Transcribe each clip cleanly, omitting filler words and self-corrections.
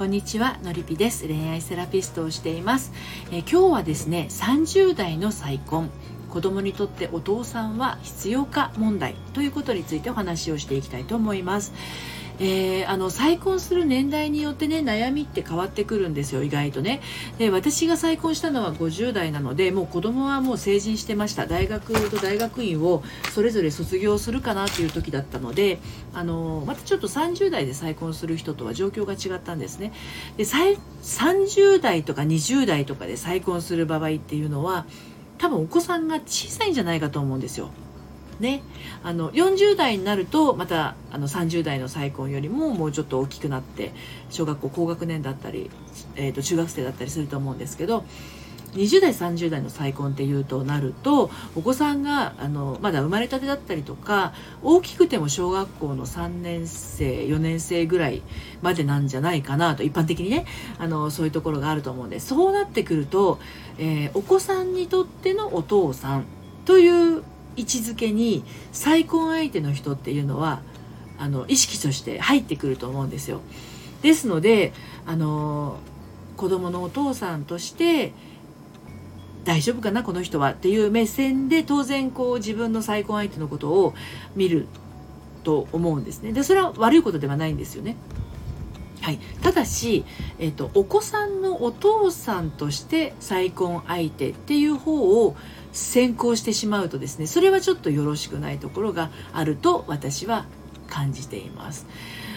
こんにちは、のりぴです。恋愛セラピストをしています。今日はですね、30代の再婚、子供にとってお父さんは必要か問題ということについてお話をしていきたいと思います。再婚する年代によってね、悩みって変わってくるんですよ、意外とね。で、私が再婚したのは50代なので、もう子供はもう成人してました。大学と大学院をそれぞれ卒業するかなという時だったので、またちょっと30代で再婚する人とは状況が違ったんですね。で、30代とか20代とかで再婚する場合っていうのは、多分お子さんが小さいんじゃないかと思うんですよ。ね、40代になるとまた30代の再婚よりももうちょっと大きくなって小学校高学年だったり、中学生だったりすると思うんですけど、20代30代の再婚っていうとなると、お子さんがまだ生まれたてだったりとか、大きくても小学校の3年生4年生ぐらいまでなんじゃないかなと、一般的にねそういうところがあると思うんで、そうなってくると、お子さんにとってのお父さんという位置づけに再婚相手の人っていうのは意識として入ってくると思うんですよ。ですので子供のお父さんとして大丈夫かなこの人はっていう目線で、当然自分の再婚相手のことを見ると思うんですね。で、それは悪いことではないんですよね。はい、ただし、お子さんのお父さんとして再婚相手っていう方を先行してしまうとですね、それはちょっとよろしくないところがあると私は感じています。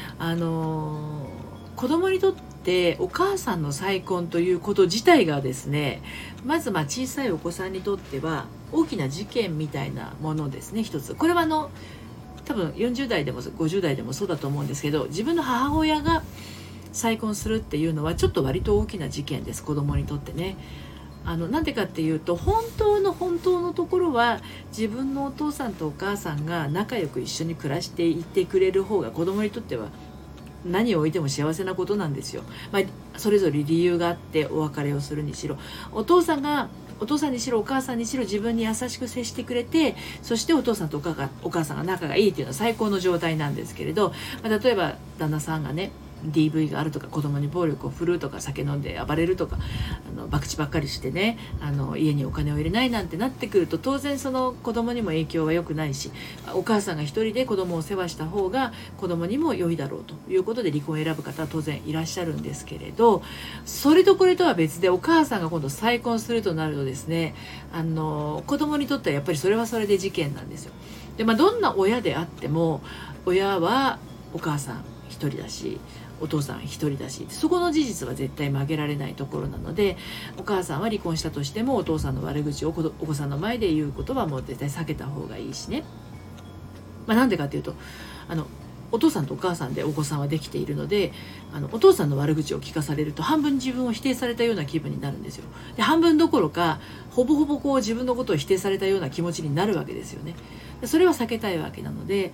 子供にとってお母さんの再婚ということ自体がですね、まず小さいお子さんにとっては大きな事件みたいなものですね。一つこれは多分40代でも50代でもそうだと思うんですけど、自分の母親が再婚するっていうのはちょっと割と大きな事件です、子供にとってね。なんでかっていうと、本当のところは自分のお父さんとお母さんが仲良く一緒に暮らしていてくれる方が子供にとっては何を置いても幸せなことなんですよ。それぞれ理由があってお別れをするにしろ、お父さんにしろお母さんにしろ自分に優しく接してくれて、そしてお父さんとお母さんが仲がいいっていうのは最高の状態なんですけれど、例えば旦那さんがね DV があるとか、子供に暴力を振るうとか、酒飲んで暴れるとか、博打ばっかりしてね家にお金を入れないなんてなってくると、当然その子供にも影響は良くないし、お母さんが一人で子供を世話した方が子供にも良いだろうということで離婚を選ぶ方は当然いらっしゃるんですけれど、それとこれとは別でお母さんが今度再婚するとなるとですね、子供にとってはやっぱりそれはそれで事件なんですよ。で、どんな親であっても、親はお母さん一人だしお父さん一人だし、そこの事実は絶対曲げられないところなので、お母さんは離婚したとしてもお父さんの悪口をお子さんの前で言うことはもう絶対避けた方がいいしね。なんでかっていうとお父さんとお母さんでお子さんはできているので、お父さんの悪口を聞かされると半分自分を否定されたような気分になるんですよ。で、半分どころかほぼ自分のことを否定されたような気持ちになるわけですよね。で、それは避けたいわけなので、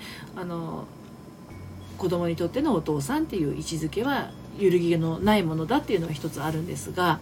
子供にとってのお父さんっていう位置づけは揺るぎのないものだっていうのが一つあるんですが、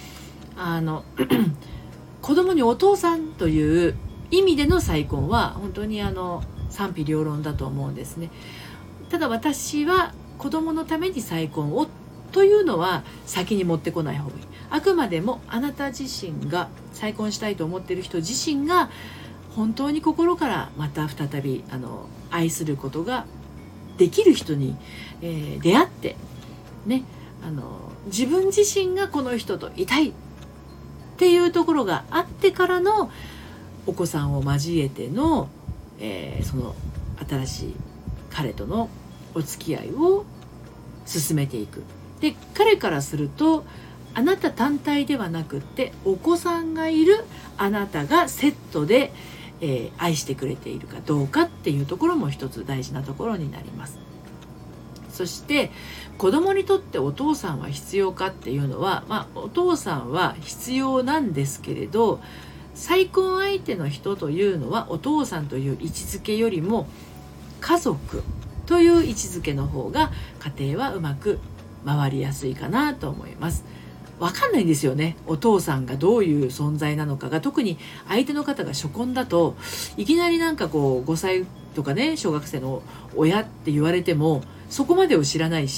子供にお父さんという意味での再婚は本当に賛否両論だと思うんですね。ただ私は子供のために再婚をというのは先に持ってこない方がいい。あくまでもあなた自身が再婚したいと思っている人自身が本当に心からまた再び愛することができる人に、出会ってね、自分自身がこの人といたいっていうところがあってからのお子さんを交えての、その新しい彼とのお付き合いを進めていく。で、彼からするとあなた単体ではなくってお子さんがいるあなたがセットで愛してくれているかどうかっていうところも一つ大事なところになります。そして子供にとってお父さんは必要かっていうのは、お父さんは必要なんですけれど、再婚相手の人というのはお父さんという位置づけよりも家族という位置づけの方が家庭はうまく回りやすいかなと思います。分かんないんですよね、お父さんがどういう存在なのかが。特に相手の方が初婚だといきなり5歳とかね小学生の親って言われてもそこまでを知らないし、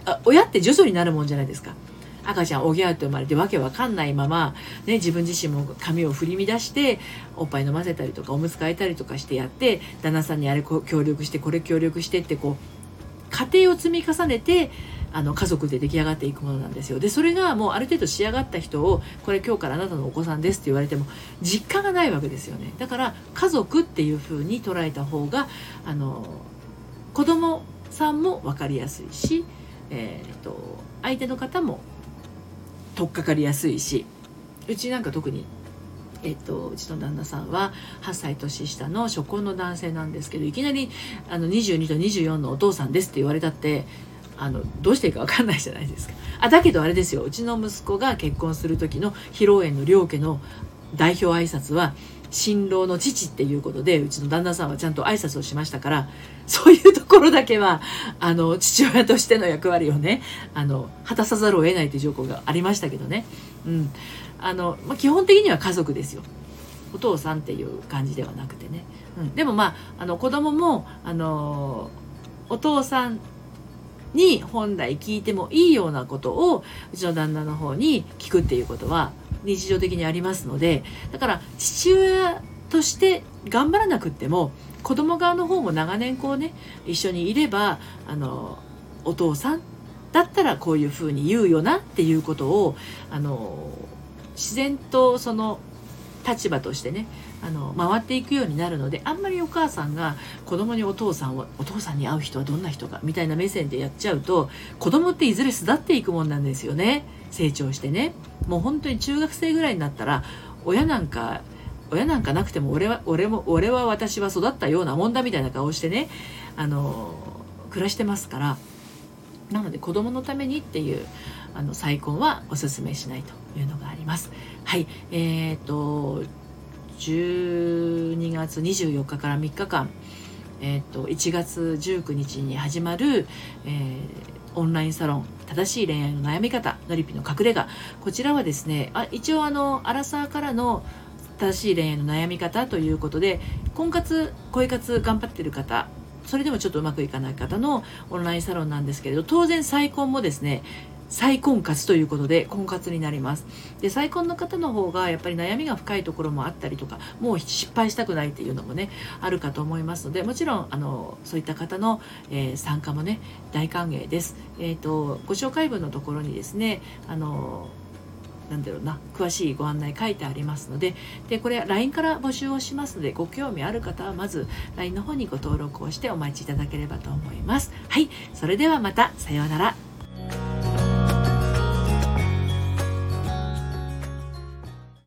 親って徐々になるもんじゃないですか。赤ちゃんおぎゃーと生まれてわけわかんないまま、ね、自分自身も髪を振り乱しておっぱい飲ませたりとかおむつ替えたりとかしてやって、旦那さんにあれ協力してこれ協力してってこう家庭を積み重ねて家族で出来上がっていくものなんですよ。でそれがもうある程度仕上がった人をこれ今日からあなたのお子さんですって言われても実感がないわけですよね。だから家族っていう風に捉えた方が子供さんも分かりやすいし、相手の方も取っかかりやすいし、うちなんか特に、うちの旦那さんは8歳年下の初婚の男性なんですけど、いきなり22と24のお父さんですって言われたってどうしていいか分かんないじゃないですか。だけどあれですよ、うちの息子が結婚する時の披露宴の両家の代表挨拶は新郎の父っていうことで、うちの旦那さんはちゃんと挨拶をしましたから、そういうところだけは父親としての役割をね果たさざるを得ないという状況がありましたけどね、基本的には家族ですよ。お父さんっていう感じではなくてね、でも子供もお父さんに本来聞いてもいいようなことをうちの旦那の方に聞くっていうことは日常的にありますので、だから父親として頑張らなくっても子供側の方も長年こうね一緒にいればお父さんだったらこういうふうに言うよなっていうことを自然とその立場としてね回っていくようになるので、あんまりお母さんが子供にお父さんに会う人はどんな人かみたいな目線でやっちゃうと、子供っていずれ巣立っていくもんなんですよね。成長してね、もう本当に中学生ぐらいになったら親なんかなくても俺は私は育ったようなもんだみたいな顔してね暮らしてますから、なので子供のためにっていう再婚はおすすめしないというのがあります。はい、12月24日から3日間、1月19日に始まる、オンラインサロン正しい恋愛の悩み方のりぴの隠れ家、こちらはですね一応アラサーからの正しい恋愛の悩み方ということで、婚活恋活頑張ってる方、それでもちょっとうまくいかない方のオンラインサロンなんですけれど、当然再婚もですね再婚活ということで婚活になります。で再婚の方の方がやっぱり悩みが深いところもあったりとか、もう失敗したくないっていうのもねあるかと思いますので、もちろんそういった方の、参加もね大歓迎です。ご紹介文のところにですね詳しいご案内書いてありますので、これは LINE から募集をしますので、ご興味ある方はまず LINE の方にご登録をしてお待ちいただければと思います。はい、それではまた、さようなら。